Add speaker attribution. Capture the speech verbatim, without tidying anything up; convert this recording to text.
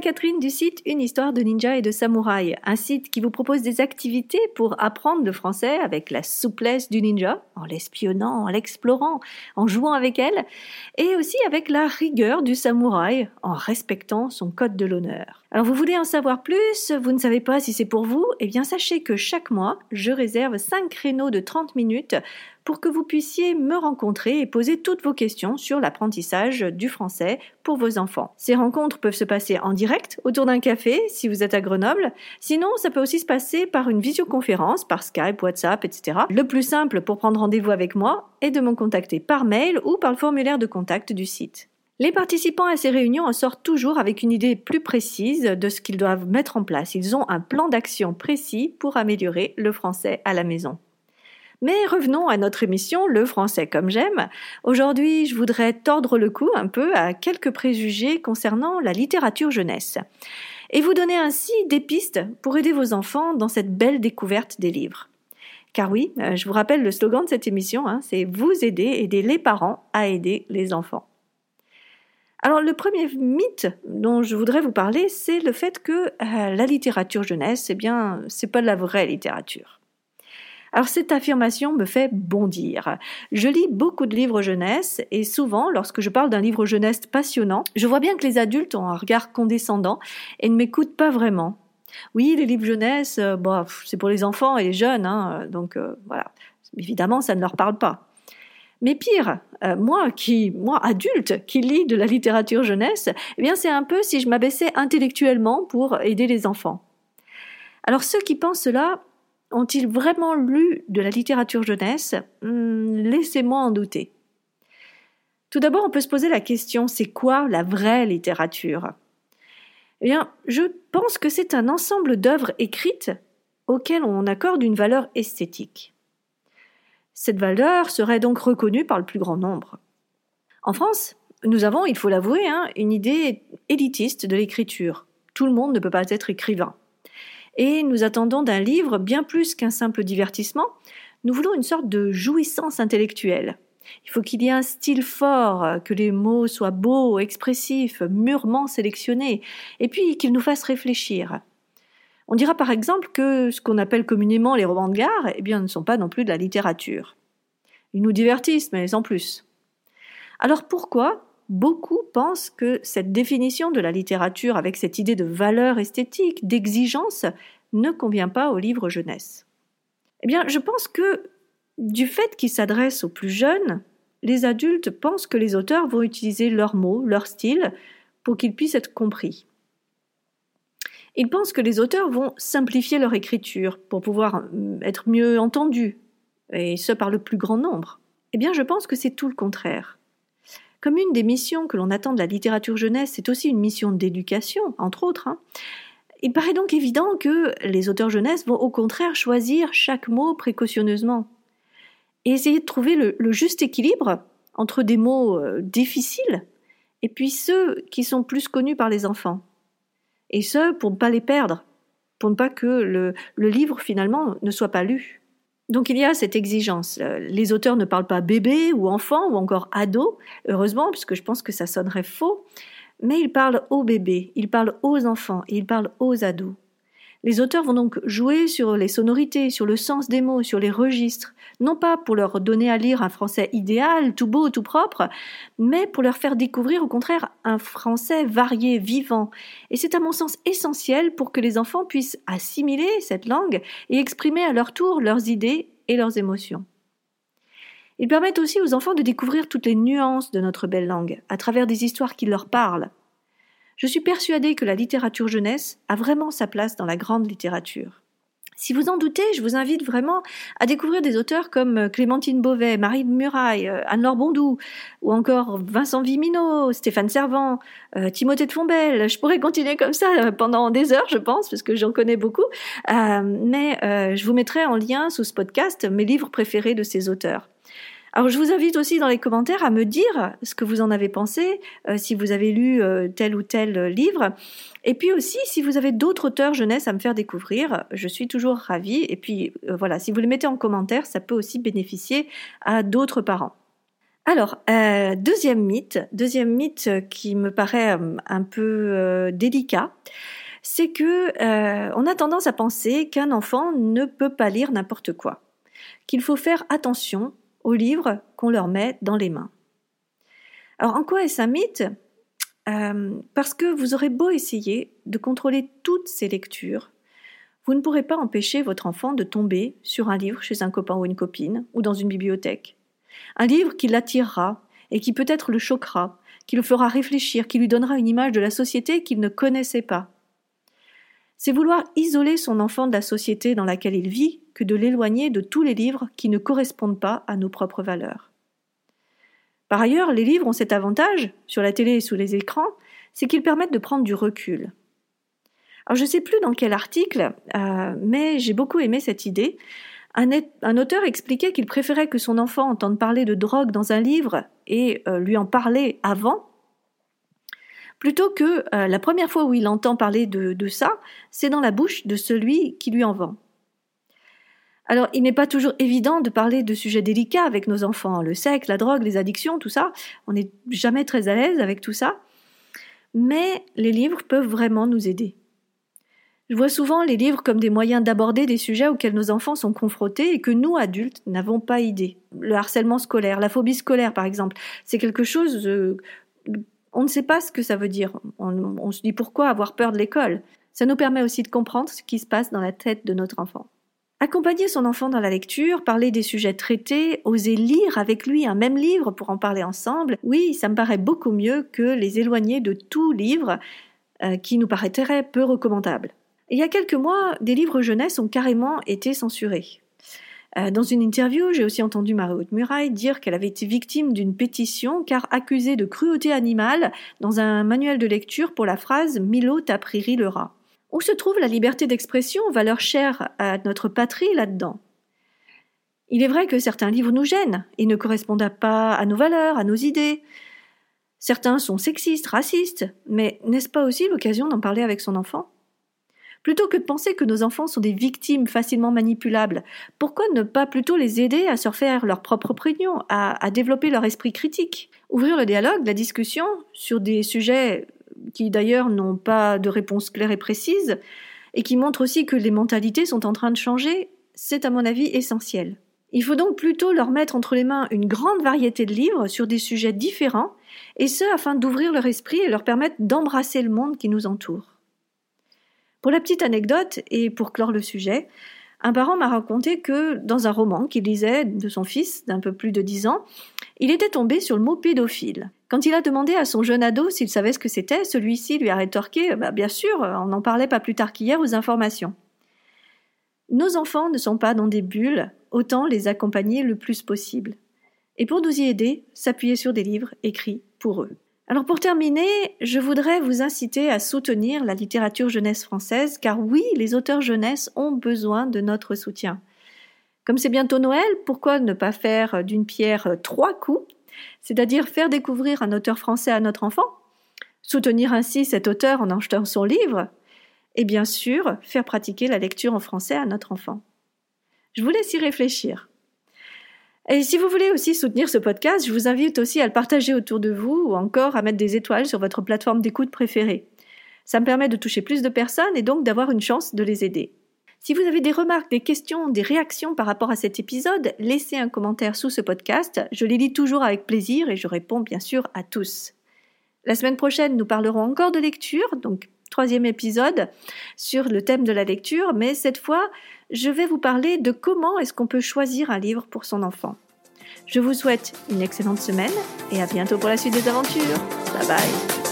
Speaker 1: Catherine du site Une histoire de ninja et de samouraï, un site qui vous propose des activités pour apprendre le français avec la souplesse du ninja, en l'espionnant, en l'explorant, en jouant avec elle, et aussi avec la rigueur du samouraï, en respectant son code de l'honneur. Alors vous voulez en savoir plus, vous ne savez pas si c'est pour vous, eh bien sachez que chaque mois, je réserve cinq créneaux de trente minutes pour que vous puissiez me rencontrer et poser toutes vos questions sur l'apprentissage du français pour vos enfants. Ces rencontres peuvent se passer en direct, autour d'un café, si vous êtes à Grenoble. Sinon, ça peut aussi se passer par une visioconférence, par Skype, WhatsApp, et cetera. Le plus simple pour prendre rendez-vous avec moi est de me contacter par mail ou par le formulaire de contact du site. Les participants à ces réunions en sortent toujours avec une idée plus précise de ce qu'ils doivent mettre en place. Ils ont un plan d'action précis pour améliorer le français à la maison. Mais revenons à notre émission, Le français comme j'aime. Aujourd'hui, je voudrais tordre le cou un peu à quelques préjugés concernant la littérature jeunesse et vous donner ainsi des pistes pour aider vos enfants dans cette belle découverte des livres. Car oui, je vous rappelle le slogan de cette émission, hein, c'est « Vous aider, aider les parents à aider les enfants ». Alors le premier mythe dont je voudrais vous parler, c'est le fait que euh, la littérature jeunesse, eh bien, c'est pas de la vraie littérature. Alors cette affirmation me fait bondir. Je lis beaucoup de livres jeunesse et souvent, lorsque je parle d'un livre jeunesse passionnant, je vois bien que les adultes ont un regard condescendant et ne m'écoutent pas vraiment. Oui, les livres jeunesse, euh, bah, c'est pour les enfants et les jeunes, hein, donc euh, voilà. Évidemment, ça ne leur parle pas. Mais pire, euh, moi qui, moi adulte, qui lis de la littérature jeunesse, eh bien c'est un peu si je m'abaissais intellectuellement pour aider les enfants. Alors ceux qui pensent cela, ont-ils vraiment lu de la littérature jeunesse ? Hum, Laissez-moi en douter. Tout d'abord, on peut se poser la question, c'est quoi la vraie littérature ? Eh bien, je pense que c'est un ensemble d'œuvres écrites auxquelles on accorde une valeur esthétique. Cette valeur serait donc reconnue par le plus grand nombre. En France, nous avons, il faut l'avouer, hein, une idée élitiste de l'écriture. Tout le monde ne peut pas être écrivain. Et nous attendons d'un livre bien plus qu'un simple divertissement. Nous voulons une sorte de jouissance intellectuelle. Il faut qu'il y ait un style fort, que les mots soient beaux, expressifs, mûrement sélectionnés, et puis qu'ils nous fassent réfléchir. On dira par exemple que ce qu'on appelle communément les romans de gare, eh bien, ne sont pas non plus de la littérature. Ils nous divertissent, mais sans plus. Alors pourquoi beaucoup pensent que cette définition de la littérature avec cette idée de valeur esthétique, d'exigence, ne convient pas aux livres jeunesse ? Eh bien, je pense que du fait qu'ils s'adressent aux plus jeunes, les adultes pensent que les auteurs vont utiliser leurs mots, leur style, pour qu'ils puissent être compris. Ils pensent que les auteurs vont simplifier leur écriture pour pouvoir être mieux entendus, et ce par le plus grand nombre. Eh bien, je pense que c'est tout le contraire. Comme une des missions que l'on attend de la littérature jeunesse, c'est aussi une mission d'éducation, entre autres, hein, il paraît donc évident que les auteurs jeunesse vont au contraire choisir chaque mot précautionneusement et essayer de trouver le, le juste équilibre entre des mots euh, difficiles et puis ceux qui sont plus connus par les enfants. Et ce, pour ne pas les perdre, pour ne pas que le, le livre, finalement, ne soit pas lu. Donc il y a cette exigence. Les auteurs ne parlent pas bébé ou enfant ou encore ado, heureusement, puisque je pense que ça sonnerait faux, mais ils parlent aux bébés, ils parlent aux enfants et ils parlent aux ados. Les auteurs vont donc jouer sur les sonorités, sur le sens des mots, sur les registres, non pas pour leur donner à lire un français idéal, tout beau, tout propre, mais pour leur faire découvrir au contraire un français varié, vivant. Et c'est à mon sens essentiel pour que les enfants puissent assimiler cette langue et exprimer à leur tour leurs idées et leurs émotions. Ils permettent aussi aux enfants de découvrir toutes les nuances de notre belle langue, à travers des histoires qui leur parlent. Je suis persuadée que la littérature jeunesse a vraiment sa place dans la grande littérature. Si vous en doutez, je vous invite vraiment à découvrir des auteurs comme Clémentine Beauvais, Marie de Muraille, Anne-Laure Bondou, ou encore Vincent Vimino, Stéphane Servan, euh, Timothée de Fontbelle. Je pourrais continuer comme ça pendant des heures, je pense, parce que j'en connais beaucoup. Euh, mais euh, je vous mettrai en lien sous ce podcast mes livres préférés de ces auteurs. Alors je vous invite aussi dans les commentaires à me dire ce que vous en avez pensé, euh, si vous avez lu euh, tel ou tel livre. Et puis aussi, si vous avez d'autres auteurs jeunesse à me faire découvrir, je suis toujours ravie. Et puis euh, voilà, si vous les mettez en commentaire, ça peut aussi bénéficier à d'autres parents. Alors, euh, deuxième mythe, deuxième mythe qui me paraît euh, un peu euh, délicat, c'est que euh, on a tendance à penser qu'un enfant ne peut pas lire n'importe quoi, qu'il faut faire attention aux livres qu'on leur met dans les mains. Alors, en quoi est-ce un mythe ? euh, Parce que vous aurez beau essayer de contrôler toutes ces lectures, vous ne pourrez pas empêcher votre enfant de tomber sur un livre chez un copain ou une copine, ou dans une bibliothèque. Un livre qui l'attirera et qui peut-être le choquera, qui le fera réfléchir, qui lui donnera une image de la société qu'il ne connaissait pas. C'est vouloir isoler son enfant de la société dans laquelle il vit que de l'éloigner de tous les livres qui ne correspondent pas à nos propres valeurs. Par ailleurs, les livres ont cet avantage, sur la télé et sous les écrans, c'est qu'ils permettent de prendre du recul. Alors je ne sais plus dans quel article, euh, mais j'ai beaucoup aimé cette idée. Un, un auteur expliquait qu'il préférait que son enfant entende parler de drogue dans un livre et euh, lui en parler avant, plutôt que euh, la première fois où il entend parler de, de ça, c'est dans la bouche de celui qui lui en vend. Alors, il n'est pas toujours évident de parler de sujets délicats avec nos enfants, le sexe, la drogue, les addictions, tout ça. On n'est jamais très à l'aise avec tout ça. Mais les livres peuvent vraiment nous aider. Je vois souvent les livres comme des moyens d'aborder des sujets auxquels nos enfants sont confrontés et que nous, adultes, n'avons pas idée. Le harcèlement scolaire, la phobie scolaire, par exemple, c'est quelque chose... Euh, on ne sait pas ce que ça veut dire. On, on se dit pourquoi avoir peur de l'école. Ça nous permet aussi de comprendre ce qui se passe dans la tête de notre enfant. Accompagner son enfant dans la lecture, parler des sujets traités, oser lire avec lui un même livre pour en parler ensemble, oui, ça me paraît beaucoup mieux que les éloigner de tout livre euh, qui nous paraîtrait peu recommandable. Il y a quelques mois, des livres jeunesse ont carrément été censurés. Euh, dans une interview, j'ai aussi entendu Marie-Haute Muraille dire qu'elle avait été victime d'une pétition car accusée de cruauté animale dans un manuel de lecture pour la phrase « Milo t'a pris le rat ». Où se trouve la liberté d'expression, valeur chère à notre patrie là-dedans ? Il est vrai que certains livres nous gênent et ne correspondent pas à nos valeurs, à nos idées. Certains sont sexistes, racistes, mais n'est-ce pas aussi l'occasion d'en parler avec son enfant ? Plutôt que de penser que nos enfants sont des victimes facilement manipulables, pourquoi ne pas plutôt les aider à se refaire leur propre opinion, à, à développer leur esprit critique ? Ouvrir le dialogue, la discussion sur des sujets qui d'ailleurs n'ont pas de réponse claire et précise, et qui montrent aussi que les mentalités sont en train de changer, c'est à mon avis essentiel. Il faut donc plutôt leur mettre entre les mains une grande variété de livres sur des sujets différents, et ce afin d'ouvrir leur esprit et leur permettre d'embrasser le monde qui nous entoure. Pour la petite anecdote, et pour clore le sujet, un parent m'a raconté que dans un roman qu'il lisait de son fils d'un peu plus de dix ans, il était tombé sur le mot pédophile. Quand il a demandé à son jeune ado s'il savait ce que c'était, celui-ci lui a rétorqué bah, « Bien sûr, on n'en parlait pas plus tard qu'hier aux informations ». Nos enfants ne sont pas dans des bulles, autant les accompagner le plus possible. Et pour nous y aider, s'appuyer sur des livres écrits pour eux. Alors pour terminer, je voudrais vous inciter à soutenir la littérature jeunesse française, car oui, les auteurs jeunesse ont besoin de notre soutien. Comme c'est bientôt Noël, pourquoi ne pas faire d'une pierre trois coups, c'est-à-dire faire découvrir un auteur français à notre enfant, soutenir ainsi cet auteur en achetant son livre, et bien sûr, faire pratiquer la lecture en français à notre enfant. Je vous laisse y réfléchir. Et si vous voulez aussi soutenir ce podcast, je vous invite aussi à le partager autour de vous ou encore à mettre des étoiles sur votre plateforme d'écoute préférée. Ça me permet de toucher plus de personnes et donc d'avoir une chance de les aider. Si vous avez des remarques, des questions, des réactions par rapport à cet épisode, laissez un commentaire sous ce podcast. Je les lis toujours avec plaisir et je réponds bien sûr à tous. La semaine prochaine, nous parlerons encore de lecture, donc troisième épisode sur le thème de la lecture, mais cette fois, je vais vous parler de comment est-ce qu'on peut choisir un livre pour son enfant. Je vous souhaite une excellente semaine et à bientôt pour la suite des aventures. Bye bye.